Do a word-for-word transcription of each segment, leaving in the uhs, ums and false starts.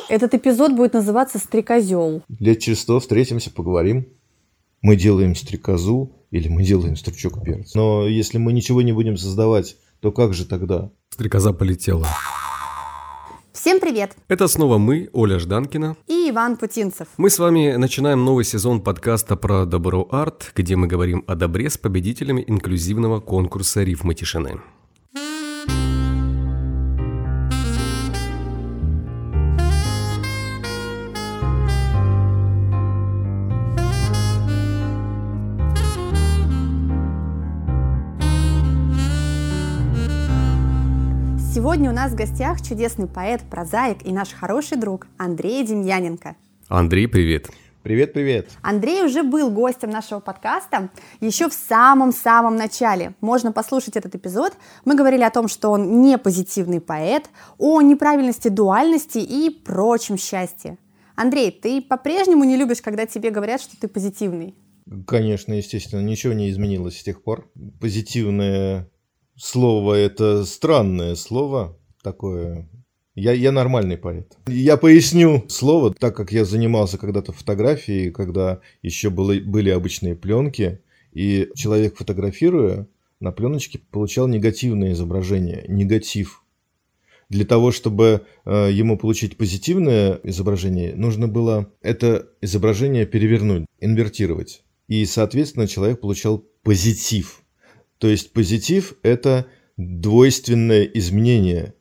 Этот эпизод будет называться «Стрекозёл». Лет через сто встретимся, поговорим. Мы делаем стрекозу или мы делаем стручок перца. Но если мы ничего не будем создавать, то как же тогда? Стрекоза полетела. Всем привет! Это снова мы, Оля Жданкина и Иван Путинцев. Мы с вами начинаем новый сезон подкаста про добро арт, где мы говорим о добре с победителями инклюзивного конкурса «Рифмы тишины». Сегодня у нас в гостях чудесный поэт, прозаик и наш хороший друг Андрей Демьяненко. Андрей, привет. Привет-привет. Андрей уже был гостем нашего подкаста еще в самом-самом начале. Можно послушать этот эпизод. Мы говорили о том, что он не позитивный поэт, о неправильности дуальности и прочем счастье. Андрей, ты по-прежнему не любишь, когда тебе говорят, что ты позитивный? Конечно, естественно, ничего не изменилось с тех пор. Позитивное слово – это странное слово такое. Я, я нормальный поэт. Я поясню слово, так как я занимался когда-то фотографией, когда еще было, были обычные пленки, и человек, фотографируя, на пленочке получал негативное изображение, негатив. Для того, чтобы э, ему получить позитивное изображение, нужно было это изображение перевернуть, инвертировать. И, соответственно, человек получал позитив. То есть позитив – это двойственное изменение.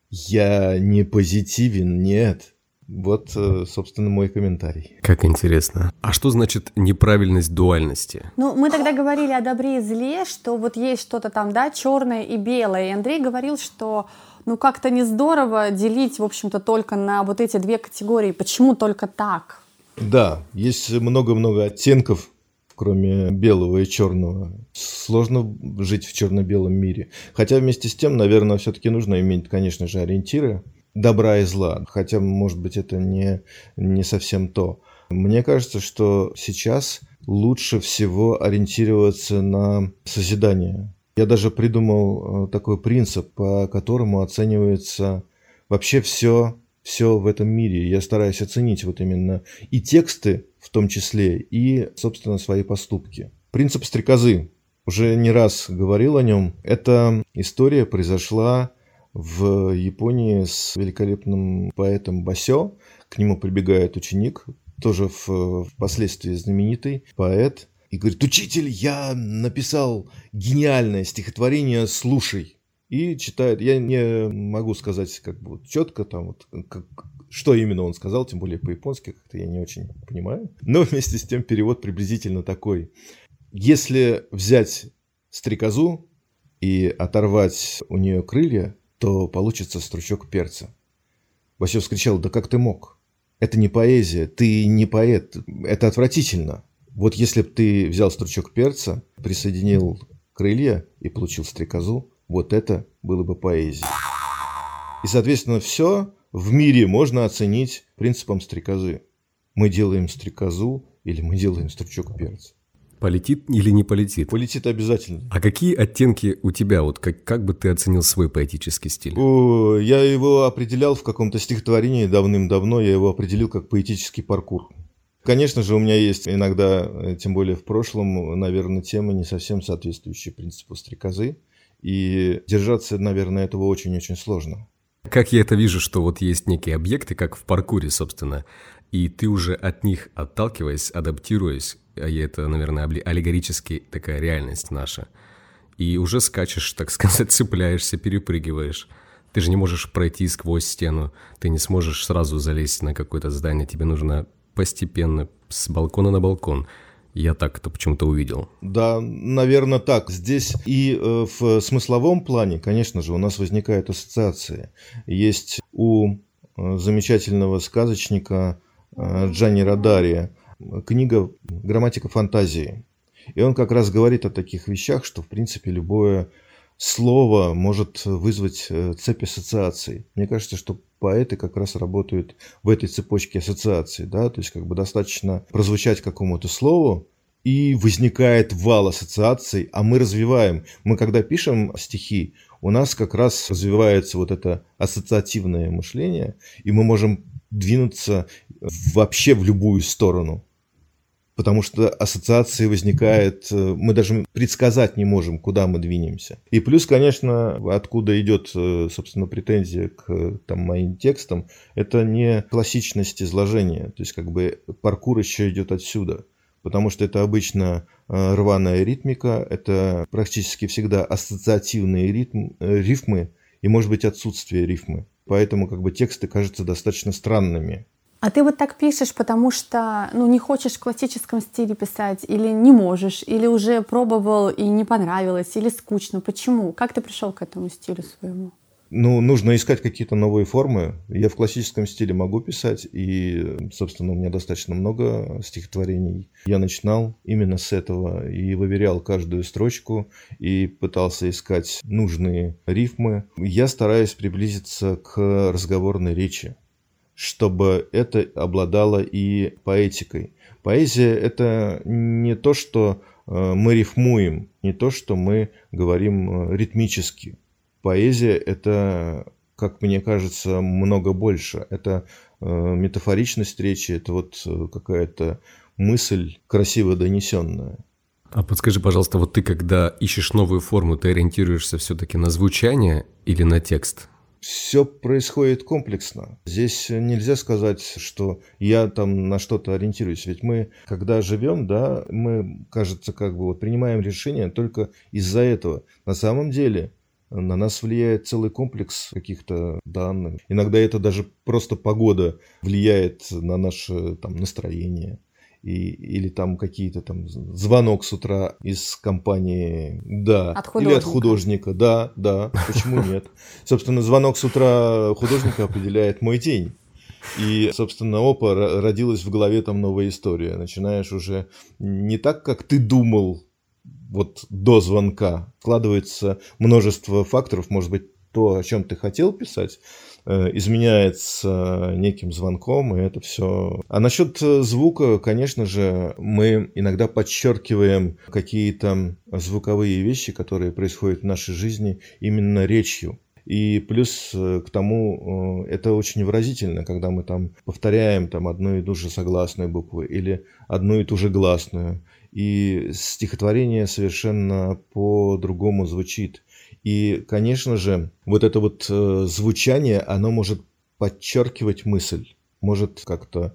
Я не позитивен, нет. Вот, собственно, мой комментарий. Как интересно. А что значит неправильность дуальности? Ну, мы тогда говорили о добре и зле, что вот есть что-то там, да, черное и белое. И Андрей говорил, что ну как-то не здорово делить, в общем-то, только на вот эти две категории. Почему только так? Да, есть много-много оттенков, кроме белого и черного. Сложно жить в черно-белом мире. Хотя вместе с тем, наверное, все-таки нужно иметь, конечно же, ориентиры добра и зла. Хотя, может быть, это не, не совсем то. Мне кажется, что сейчас лучше всего ориентироваться на созидание. Я даже придумал такой принцип, по которому оценивается вообще все, все в этом мире. Я стараюсь оценить вот именно и тексты, в том числе, и, собственно, свои поступки. Принцип стрекозы. Уже не раз говорил о нем. Эта история произошла в Японии с великолепным поэтом Басё. К нему прибегает ученик, тоже впоследствии знаменитый поэт, и говорит: «Учитель, я написал гениальное стихотворение, слушай». И читает. Я не могу сказать как бы четко, там, вот, как, что именно он сказал, тем более по-японски, как-то я не очень понимаю. Но вместе с тем перевод приблизительно такой. Если взять стрекозу и оторвать у нее крылья, то получится стручок перца. Басё вскричал: «Да как ты мог? Это не поэзия, ты не поэт, это отвратительно. Вот если бы ты взял стручок перца, присоединил крылья и получил стрекозу, вот это было бы поэзией». И, соответственно, все в мире можно оценить принципом стрекозы. Мы делаем стрекозу или мы делаем стручок перца. Полетит или не полетит? Полетит обязательно. А какие оттенки у тебя? Вот как, как бы ты оценил свой поэтический стиль? О, я его определял в каком-то стихотворении давным-давно. Я его определил как поэтический паркур. Конечно же, у меня есть иногда, тем более в прошлом, наверное, темы, не совсем соответствующие принципу стрекозы. И держаться, наверное, этого очень-очень сложно. Как я это вижу, что вот есть некие объекты, как в паркуре, собственно, и ты уже от них, отталкиваясь, адаптируясь, а это, наверное, аллегорически такая реальность наша, и уже скачешь, так сказать, цепляешься, перепрыгиваешь. Ты же не можешь пройти сквозь стену, ты не сможешь сразу залезть на какое-то здание, тебе нужно постепенно с балкона на балкон. Я так это почему-то увидел. Да, наверное, так. Здесь и э, в смысловом плане, конечно же, у нас возникают ассоциации. Есть у э, замечательного сказочника э, Джанни Родари книга «Грамматика фантазии». И он как раз говорит о таких вещах, что, в принципе, любое слово может вызвать э, цепь ассоциаций. Мне кажется, что поэты как раз работают в этой цепочке ассоциаций, да, то есть как бы достаточно прозвучать какому-то слову, и возникает вал ассоциаций, а мы развиваем. Мы когда пишем стихи, у нас как раз развивается вот это ассоциативное мышление, и мы можем двинуться вообще в любую сторону. Потому что ассоциации возникают, мы даже предсказать не можем, куда мы двинемся. И плюс, конечно, откуда идет, собственно, претензия к там, моим текстам, это не классичность изложения. То есть, как бы, паркур еще идет отсюда. Потому что это обычно рваная ритмика, это практически всегда ассоциативные ритм, рифмы и, может быть, отсутствие рифмы. Поэтому, как бы, тексты кажутся достаточно странными. А ты вот так пишешь, потому что ну, не хочешь в классическом стиле писать, или не можешь, или уже пробовал и не понравилось, или скучно. Почему? Как ты пришел к этому стилю своему? Ну, нужно искать какие-то новые формы. Я в классическом стиле могу писать, и, собственно, у меня достаточно много стихотворений. Я начинал именно с этого и выверял каждую строчку, и пытался искать нужные рифмы. Я стараюсь приблизиться к разговорной речи, чтобы это обладало и поэтикой. Поэзия – это не то, что мы рифмуем, не то, что мы говорим ритмически. Поэзия – это, как мне кажется, много больше. Это метафоричность речи, это вот какая-то мысль красиво донесенная. А подскажи, пожалуйста, вот ты, когда ищешь новую форму, ты ориентируешься все-таки на звучание или на текст? Все происходит комплексно. Здесь нельзя сказать, что я там на что-то ориентируюсь. Ведь мы, когда живем, да, мы, кажется, как бы вот принимаем решения только из-за этого. На самом деле на нас влияет целый комплекс каких-то данных. Иногда это даже просто погода влияет на наше там настроение. И, или там какие-то там звонок с утра из компании, да, от или от художника, да, да, почему нет? Собственно, звонок с утра художника определяет мой день. И, собственно, опа, родилась в голове там новая история. Начинаешь уже не так, как ты думал вот до звонка. Складывается множество факторов, может быть, то, о чем ты хотел писать, изменяется неким звонком, и это все. А насчет звука, конечно же, мы иногда подчеркиваем какие-то звуковые вещи, которые происходят в нашей жизни именно речью. И плюс к тому, это очень выразительно, когда мы там повторяем там одну и ту же согласную букву или одну и ту же гласную. И стихотворение совершенно по-другому звучит. И, конечно же, вот это вот э, звучание, оно может подчеркивать мысль, может как-то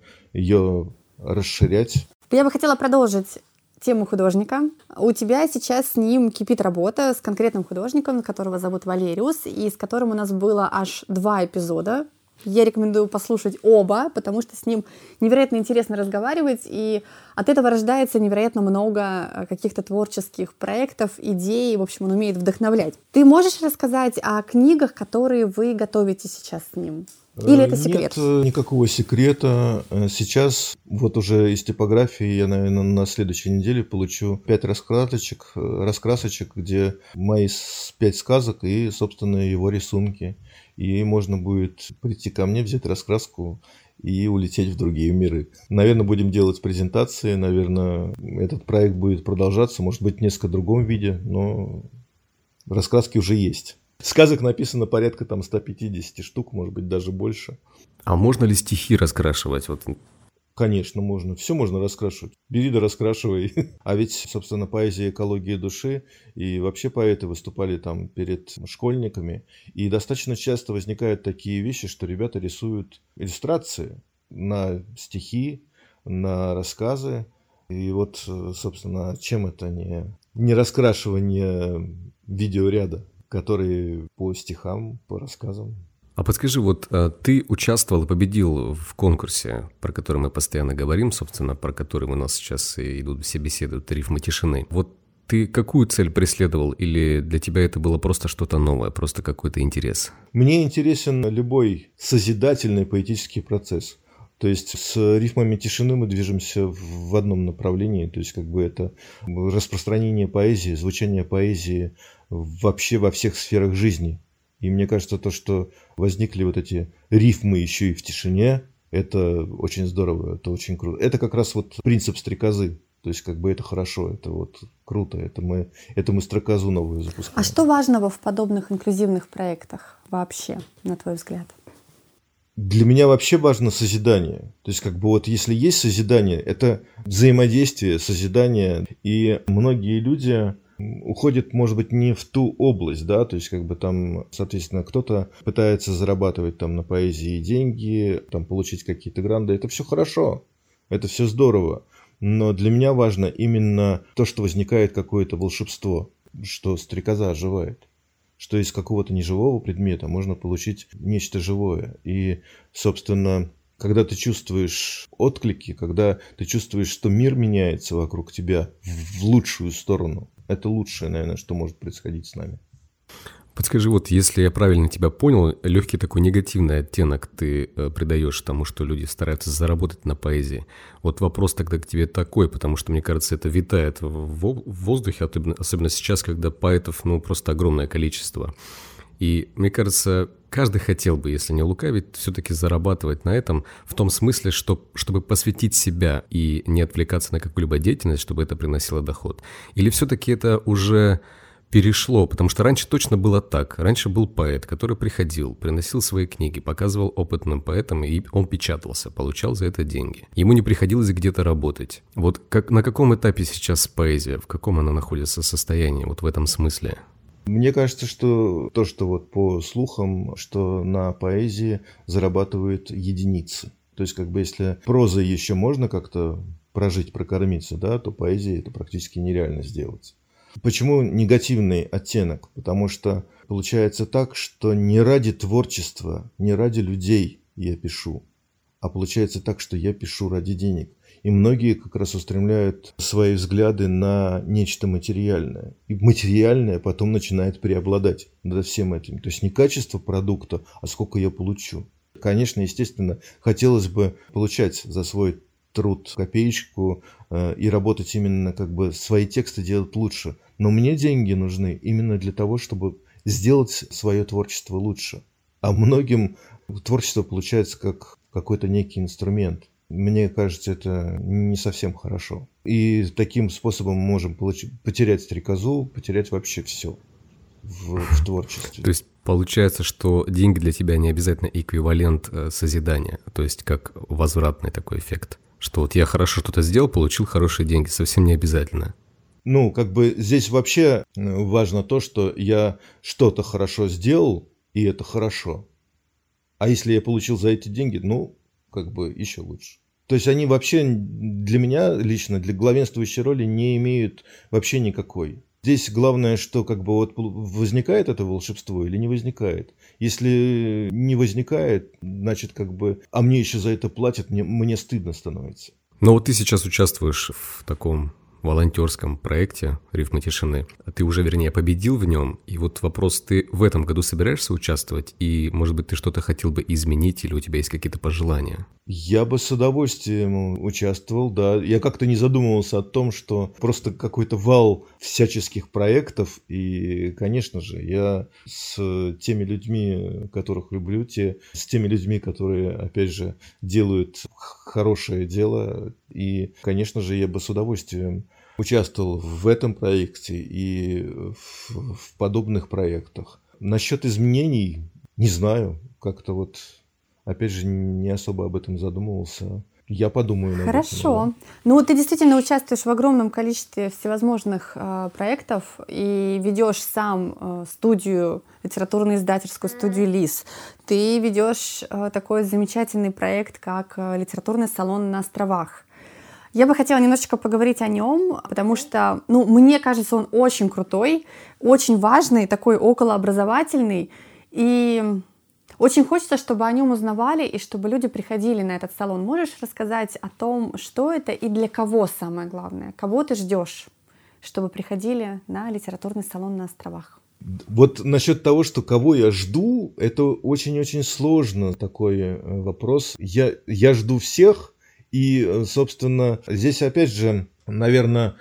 ее расширять. Я бы хотела продолжить тему художника. У тебя сейчас с ним кипит работа с конкретным художником, которого зовут Валериус, и с которым у нас было аж два эпизода. Я рекомендую послушать оба, потому что с ним невероятно интересно разговаривать, и от этого рождается невероятно много каких-то творческих проектов, идей, в общем, он умеет вдохновлять. Ты можешь рассказать о книгах, которые вы готовите сейчас с ним? Или это секрет? Нет никакого секрета. Сейчас вот уже из типографии я, наверное, на следующей неделе получу пять раскрасочек, раскрасочек, где мои пять сказок и, собственно, его рисунки. И можно будет прийти ко мне, взять раскраску и улететь в другие миры. Наверное, будем делать презентации, наверное, этот проект будет продолжаться, может быть, в несколько другом виде, но раскраски уже есть. Сказок написано порядка там сто пятьдесят штук, может быть, даже больше. А можно ли стихи раскрашивать? Вот. Конечно, можно. Все можно раскрашивать. Бери да раскрашивай. А ведь, собственно, поэзия экологии души и вообще поэты выступали там перед школьниками. И достаточно часто возникают такие вещи, что ребята рисуют иллюстрации на стихи, на рассказы. И вот, собственно, чем это не, не раскрашивание видеоряда, который по стихам, по рассказам. А подскажи, вот ты участвовал и победил в конкурсе, про который мы постоянно говорим, собственно, про который у нас сейчас идут все беседы, «Рифмы тишины». Вот ты какую цель преследовал, или для тебя это было просто что-то новое, просто какой-то интерес? Мне интересен любой созидательный поэтический процесс. То есть с рифмами тишины мы движемся в одном направлении, то есть как бы это распространение поэзии, звучание поэзии вообще во всех сферах жизни. И мне кажется, то, что возникли вот эти рифмы еще и в тишине, это очень здорово, это очень круто. Это как раз вот принцип стрекозы. То есть как бы это хорошо, это вот круто, это мы, это мы стрекозу новую запускаем. А что важного в подобных инклюзивных проектах вообще, на твой взгляд? Для меня вообще важно созидание. То есть, как бы вот если есть созидание, это взаимодействие, созидание. И многие люди уходят, может быть, не в ту область, да, то есть, как бы там, соответственно, кто-то пытается зарабатывать там на поэзии деньги, там, получить какие-то гранды. Это все хорошо, это все здорово. Но для меня важно именно то, что возникает какое-то волшебство, что стрекоза оживает, что из какого-то неживого предмета можно получить нечто живое. И, собственно, когда ты чувствуешь отклики, когда ты чувствуешь, что мир меняется вокруг тебя в лучшую сторону, это лучшее, наверное, что может происходить с нами. Подскажи, вот если я правильно тебя понял, легкий такой негативный оттенок ты э, придаешь тому, что люди стараются заработать на поэзии. Вот вопрос тогда к тебе такой, потому что, мне кажется, это витает в, в воздухе, особенно, особенно сейчас, когда поэтов, ну, просто огромное количество. И, мне кажется, каждый хотел бы, если не лукавить, все-таки зарабатывать на этом в том смысле, что, чтобы посвятить себя и не отвлекаться на какую-либо деятельность, чтобы это приносило доход. Или все-таки это уже перешло, потому что раньше точно было так. Раньше был поэт, который приходил, приносил свои книги, показывал опытным поэтам, и он печатался, получал за это деньги. Ему не приходилось где-то работать. Вот как, на каком этапе сейчас поэзия, в каком она находится состоянии, вот в этом смысле? Мне кажется, что то, что вот по слухам, что на поэзии зарабатывают единицы. То есть, как бы, если прозой еще можно как-то прожить, прокормиться, да, то поэзией это практически нереально сделать. Почему негативный оттенок? Потому что получается так, что не ради творчества, не ради людей я пишу, а получается так, что я пишу ради денег. И многие как раз устремляют свои взгляды на нечто материальное. И материальное потом начинает преобладать над всем этим. То есть не качество продукта, а сколько я получу. Конечно, естественно, хотелось бы получать за свой труд копеечку э, и работать именно, как бы, свои тексты делать лучше. Но мне деньги нужны именно для того, чтобы сделать свое творчество лучше. А многим творчество получается как какой-то некий инструмент. Мне кажется, это не совсем хорошо. И таким способом мы можем получить, потерять стрекозу, потерять вообще все в, в творчестве. То есть получается, что деньги для тебя не обязательно эквивалент созидания, то есть как возвратный такой эффект. Что вот я хорошо что-то сделал, получил хорошие деньги, совсем не обязательно. Ну, как бы здесь вообще важно то, что я что-то хорошо сделал, и это хорошо. А если я получил за эти деньги, ну, как бы еще лучше. То есть они вообще для меня лично, для главенствующей роли не имеют вообще никакой. Здесь главное, что как бы вот возникает это волшебство или не возникает. Если не возникает, значит как бы, а мне еще за это платят, мне, мне стыдно становится. Но вот ты сейчас участвуешь в таком волонтерском проекте «Рифмы тишины». Ты уже, вернее, победил в нем. И вот вопрос, ты в этом году собираешься участвовать? И, может быть, ты что-то хотел бы изменить или у тебя есть какие-то пожелания? Я бы с удовольствием участвовал, да. Я как-то не задумывался о том, что просто какой-то вал всяческих проектов. И, конечно же, я с теми людьми, которых люблю, те, с теми людьми, которые, опять же, делают хорошее дело. И, конечно же, я бы с удовольствием участвовал в этом проекте и в, в подобных проектах. Насчет изменений, не знаю, как-то вот, опять же, не особо об этом задумывался. Я подумаю над Хорошо. этим. Хорошо. Ну, ты действительно участвуешь в огромном количестве всевозможных э, проектов и ведешь сам э, студию, литературно-издательскую студию «Лис». Ты ведешь э, такой замечательный проект, как э, литературный салон на островах. Я бы хотела немножечко поговорить о нем, потому что, ну, мне кажется, он очень крутой, очень важный, такой околообразовательный, и очень хочется, чтобы о нем узнавали и чтобы люди приходили на этот салон. Можешь рассказать о том, что это и для кого самое главное? Кого ты ждешь, чтобы приходили на литературный салон на островах? Вот насчет того, что кого я жду, это очень-очень сложно такой вопрос. Я, я жду всех. И, собственно, здесь опять же, наверное,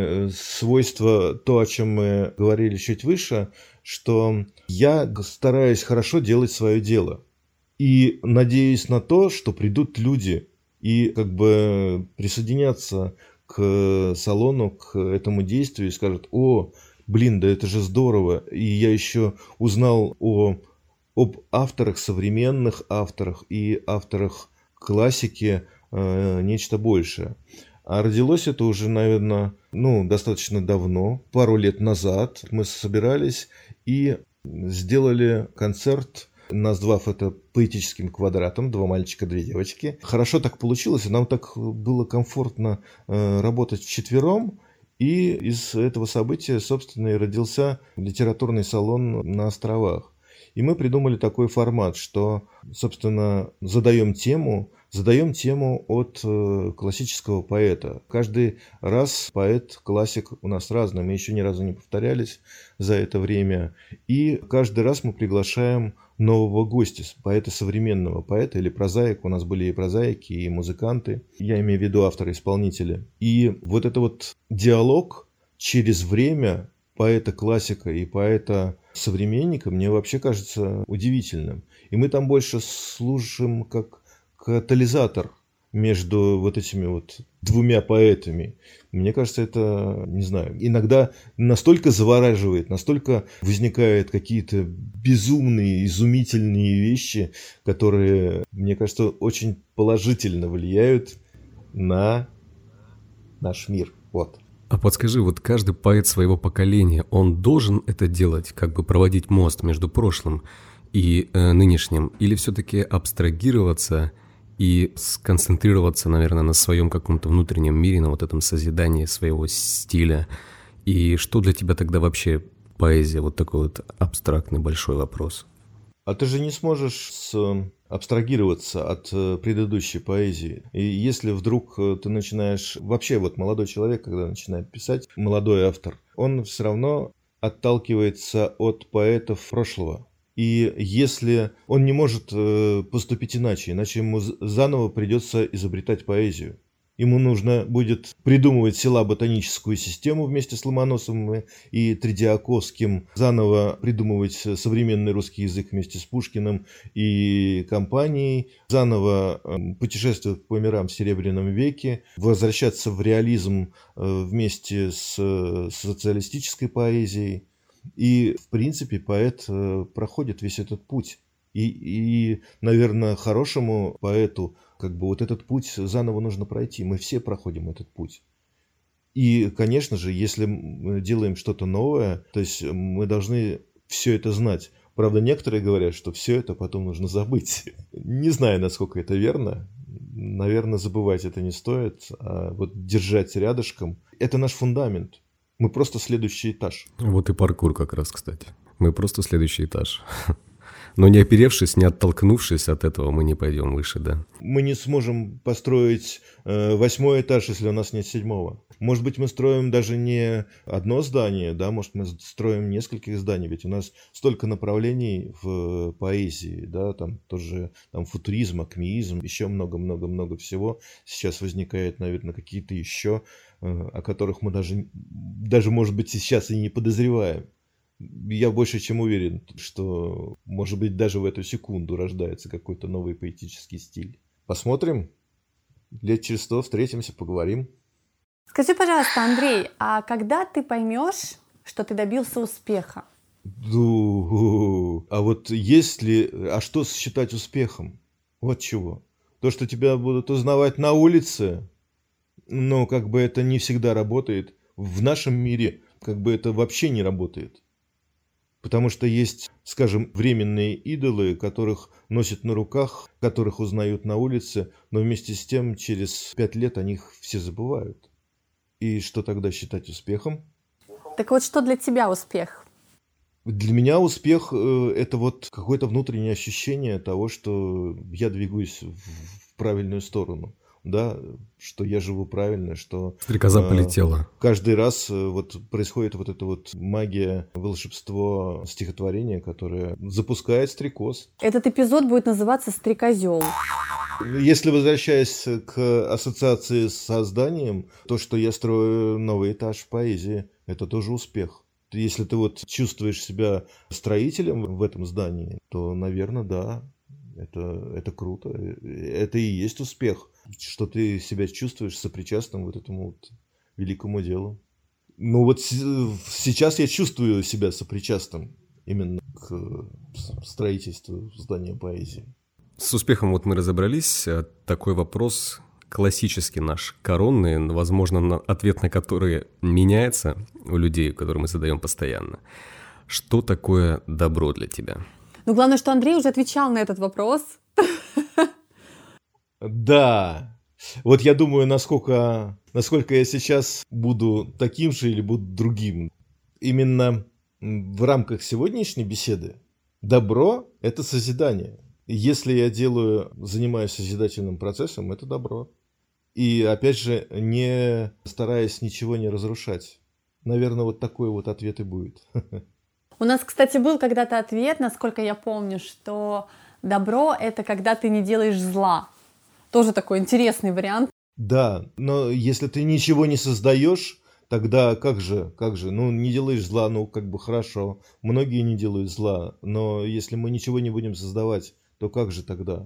свойство, то, о чем мы говорили чуть выше, что я стараюсь хорошо делать свое дело. И надеюсь на то, что придут люди и как бы присоединятся к салону, к этому действию и скажут: о, блин, да это же здорово. И я еще узнал о об авторах, современных авторах и авторах классики э, нечто большее. А родилось это уже, наверное, ну, достаточно давно, пару лет назад. Мы собирались и сделали концерт, назвав это поэтическим квадратом, два мальчика, две девочки. Хорошо так получилось, и нам так было комфортно э, работать вчетвером. И из этого события, собственно, и родился литературный салон на островах. И мы придумали такой формат, что, собственно, задаем тему, задаем тему от э, классического поэта. Каждый раз поэт-классик у нас разный, мы еще ни разу не повторялись за это время. И каждый раз мы приглашаем нового гостя, поэта современного, поэта или прозаика. У нас были и прозаики, и музыканты. Я имею в виду авторы-исполнители. И вот это вот диалог через время поэта-классика и поэта-современника мне вообще кажется удивительным. И мы там больше служим как катализатор между вот этими вот двумя поэтами. Мне кажется, это, не знаю, иногда настолько завораживает, настолько возникают какие-то безумные, изумительные вещи, которые, мне кажется, очень положительно влияют на наш мир. Вот. А подскажи, вот каждый поэт своего поколения, он должен это делать, как бы проводить мост между прошлым и э, нынешним, или все-таки абстрагироваться и сконцентрироваться, наверное, на своем каком-то внутреннем мире, на вот этом созидании своего стиля? И что для тебя тогда вообще поэзия? Вот такой вот абстрактный большой вопрос. А ты же не сможешь с... абстрагироваться от предыдущей поэзии. И если вдруг ты начинаешь... Вообще вот молодой человек, когда начинает писать, молодой автор, он все равно отталкивается от поэтов прошлого. И если он не может поступить иначе, иначе ему заново придется изобретать поэзию. Ему нужно будет придумывать силаботоническую систему вместе с Ломоносовым и Тредиаковским, заново придумывать современный русский язык вместе с Пушкиным и компанией, заново путешествовать по мирам в Серебряном веке, возвращаться в реализм вместе с социалистической поэзией. И, в принципе, поэт проходит весь этот путь. И, и, наверное, хорошему поэту как бы вот этот путь заново нужно пройти. Мы все проходим этот путь. И, конечно же, если мы делаем что-то новое, то есть мы должны все это знать. Правда, некоторые говорят, что все это потом нужно забыть. Не знаю, насколько это верно. Наверное, забывать это не стоит. А вот держать рядышком – это наш фундамент. Мы просто следующий этаж. Вот и паркур как раз, кстати. Мы просто следующий этаж. Но не оперевшись, не оттолкнувшись от этого, мы не пойдем выше, да? Мы не сможем построить э, восьмой этаж, если у нас нет седьмого. Может быть, мы строим даже не одно здание, да, может, мы строим несколько зданий, ведь у нас столько направлений в поэзии, да, там тоже там, футуризм, акмеизм, еще много-много-много всего. Сейчас возникает, наверное, какие-то еще, э, о которых мы даже, даже, может быть, сейчас и не подозреваем. Я больше чем уверен, что, может быть, даже в эту секунду рождается какой-то новый поэтический стиль. Посмотрим. Лет через сто встретимся, поговорим. Скажи, пожалуйста, Андрей, а когда ты поймешь, что ты добился успеха? Ду, а вот если... А что считать успехом? Вот чего. То, что тебя будут узнавать на улице, но как бы это не всегда работает. В нашем мире как бы это вообще не работает. Потому что есть, скажем, временные идолы, которых носят на руках, которых узнают на улице, но вместе с тем через пять лет о них все забывают. И что тогда считать успехом? Так вот, что для тебя успех? Для меня успех – это вот какое-то внутреннее ощущение того, что я двигаюсь в правильную сторону. Да, что я живу правильно, что... Стрекоза э, полетела. Каждый раз э, вот происходит вот эта вот магия, волшебство стихотворения, которое запускает стрекоз. Этот эпизод будет называться «Стрекозел». Если возвращаясь к ассоциации с созданием, то, что я строю новый этаж в поэзии, это тоже успех. Если ты вот чувствуешь себя строителем в этом здании, то, наверное, да, это, это круто. Это и есть успех. Что ты себя чувствуешь сопричастным вот этому вот великому делу. Ну вот сейчас я чувствую себя сопричастным. именно к строительству здания поэзии. С успехом вот мы разобрались. Такой вопрос классический наш, коронный, возможно, ответ на который меняется у людей, которые мы задаем постоянно. Что такое добро для тебя? Ну, главное, что Андрей уже отвечал на этот вопрос. Да. Вот я думаю, насколько, насколько я сейчас буду таким же или буду другим. Именно в рамках сегодняшней беседы добро – это созидание. Если я делаю, занимаюсь созидательным процессом, это добро. И, опять же, не стараясь ничего не разрушать. Наверное, вот такой вот ответ и будет. У нас, кстати, был когда-то ответ, насколько я помню, что добро – это когда ты не делаешь зла. Тоже такой интересный вариант. Да, но если ты ничего не создаешь, тогда как же, как же, ну не делаешь зла, ну как бы хорошо. Многие не делают зла, но если мы ничего не будем создавать, то как же тогда?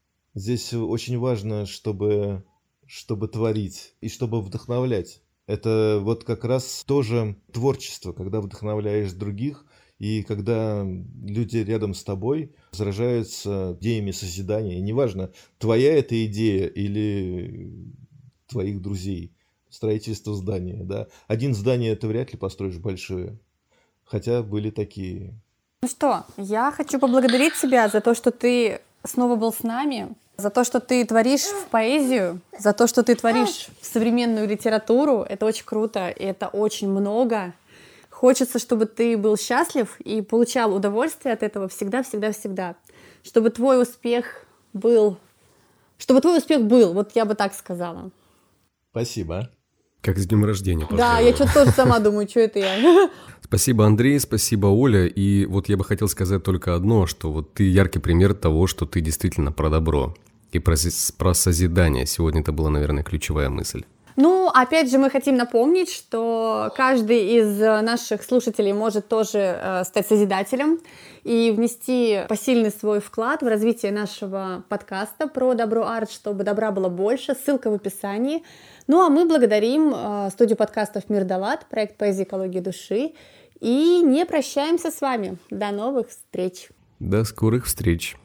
Здесь очень важно, чтобы, чтобы творить и чтобы вдохновлять. Это вот как раз тоже творчество, когда вдохновляешь других, и когда люди рядом с тобой заражаются идеями созидания. И неважно, твоя эта идея или твоих друзей. Строительство здания, да. Один здание ты вряд ли построишь большое. Хотя были такие. Ну что, я хочу поблагодарить тебя за то, что ты снова был с нами, за то, что ты творишь в поэзию, за то, что ты творишь в современную литературу. Это очень круто, и это очень много. Хочется, чтобы ты был счастлив и получал удовольствие от этого всегда-всегда-всегда. Чтобы твой успех был... Чтобы твой успех был, вот я бы так сказала. Спасибо. Как с днем рождения, пожалуйста. Да, я что-то тоже сама думаю, что это я. Спасибо, Андрей, спасибо, Оля. И вот я бы хотел сказать только одно, что вот ты яркий пример того, что ты действительно про добро и про, про созидание. Сегодня это была, наверное, ключевая мысль. Ну, опять же, мы хотим напомнить, что каждый из наших слушателей может тоже э, стать созидателем и внести посильный свой вклад в развитие нашего подкаста про добро-арт, чтобы добра было больше. Ссылка в описании. Ну, а мы благодарим э, студию подкастов «Мир Далат», проект «Поэзия экологии души». И не прощаемся с вами. До новых встреч. До скорых встреч.